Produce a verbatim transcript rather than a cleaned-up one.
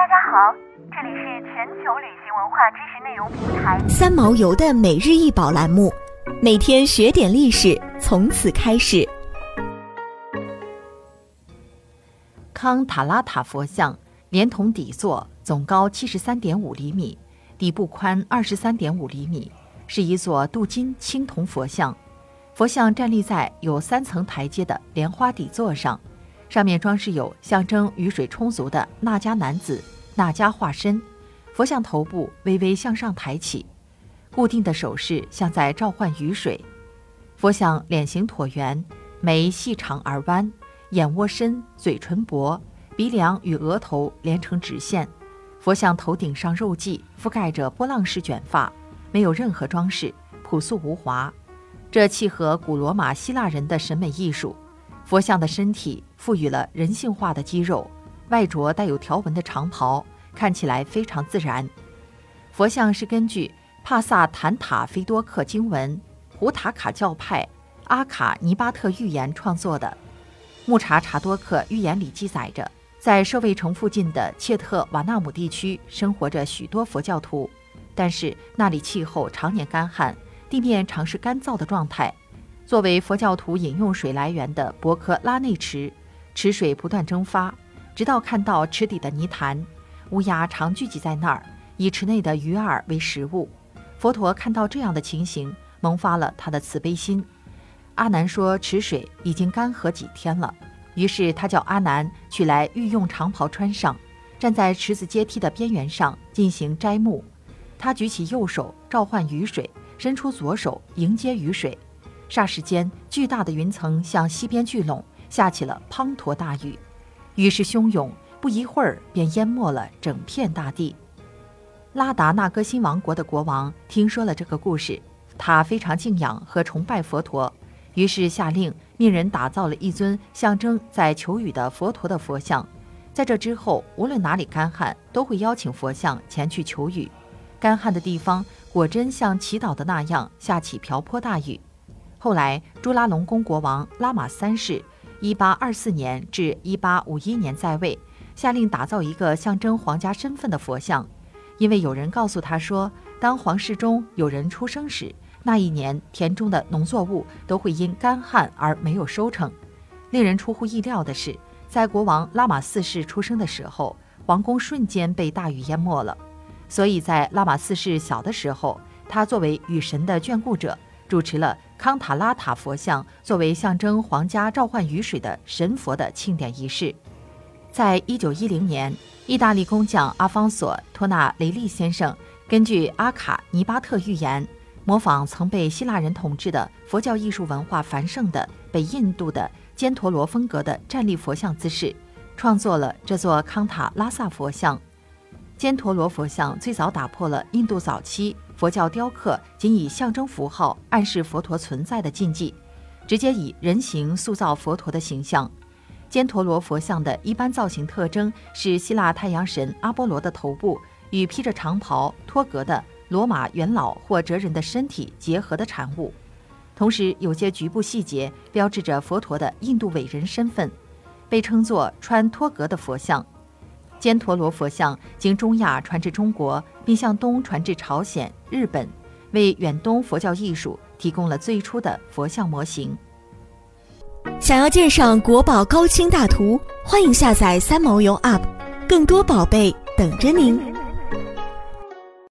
家好，这里是全球旅行文化知识内容平台三毛游的每日一宝栏目，每天学点历史，从此开始。 康塔拉塔佛像连同底座总高 七十三点五厘米，底部宽 二十三点五厘米，是一座镀金青铜佛像。佛像站立在有三层台阶的莲花底座上，上面装饰有象征雨水充足的那迦男子那迦化身。佛像头部微微向上抬起，固定的手势像在召唤雨水。佛像脸型椭圆，眉细长而弯，眼窝深，嘴唇薄，鼻梁与额头连成直线。佛像头顶上肉髻覆盖着波浪式卷发，没有任何装饰，朴素无华。这契合古罗马希腊人的审美艺术。佛像的身体赋予了人性化的肌肉，外着带有条纹的长袍，看起来非常自然。佛像是根据帕萨坦塔菲多克经文、胡塔卡教派阿卡尼巴特寓言创作的。穆查查多克寓言里记载着，在舍卫城附近的切特瓦纳姆地区生活着许多佛教徒，但是那里气候常年干旱，地面常是干燥的状态。作为佛教徒饮用水来源的博克拉内池，池水不断蒸发，直到看到池底的泥潭。乌鸦常聚集在那儿，以池内的鱼饵为食物。佛陀看到这样的情形，萌发了他的慈悲心。阿难说池水已经干涸几天了，于是他叫阿难取来御用长袍穿上，站在池子阶梯的边缘上进行摘木。他举起右手召唤雨水，伸出左手迎接雨水。霎时间，巨大的云层向西边聚拢，下起了滂沱大雨。雨势汹涌，不一会儿便淹没了整片大地。拉达那戈辛王国的国王听说了这个故事，他非常敬仰和崇拜佛陀，于是下令命人打造了一尊象征在求雨的佛陀的佛像。在这之后，无论哪里干旱，都会邀请佛像前去求雨。干旱的地方果真像祈祷的那样下起瓢泼大雨。后来朱拉隆功国王拉玛三世一八二四年至一八五一年在位，下令打造一个象征皇家身份的佛像。因为有人告诉他说，当皇室中有人出生时，那一年田中的农作物都会因干旱而没有收成。令人出乎意料的是，在国王拉玛四世出生的时候，皇宫瞬间被大雨淹没了。所以在拉玛四世小的时候，他作为雨神的眷顾者，主持了康塔拉塔佛像作为象征皇家召唤雨水的神佛的庆典仪式。在一九一零年，意大利工匠阿方索·托纳雷利先生根据阿卡尼巴特寓言，模仿曾被希腊人统治的佛教艺术文化繁盛的北印度的犍陀罗风格的站立佛像姿势，创作了这座康塔拉萨佛像。犍陀罗佛像最早打破了印度早期佛教雕刻仅以象征符号暗示佛陀存在的禁忌，直接以人形塑造佛陀的形象。犍陀罗佛像的一般造型特征是希腊太阳神阿波罗的头部与披着长袍托格的罗马元老或哲人的身体结合的产物，同时有些局部细节标志着佛陀的印度伟人身份，被称作穿托格的佛像。犍陀罗佛像经中亚传至中国，并向东传至朝鲜、日本，为远东佛教艺术提供了最初的佛像模型。 想要鉴赏国宝高清大图，欢迎下载三毛游 App， 更多宝贝等着您。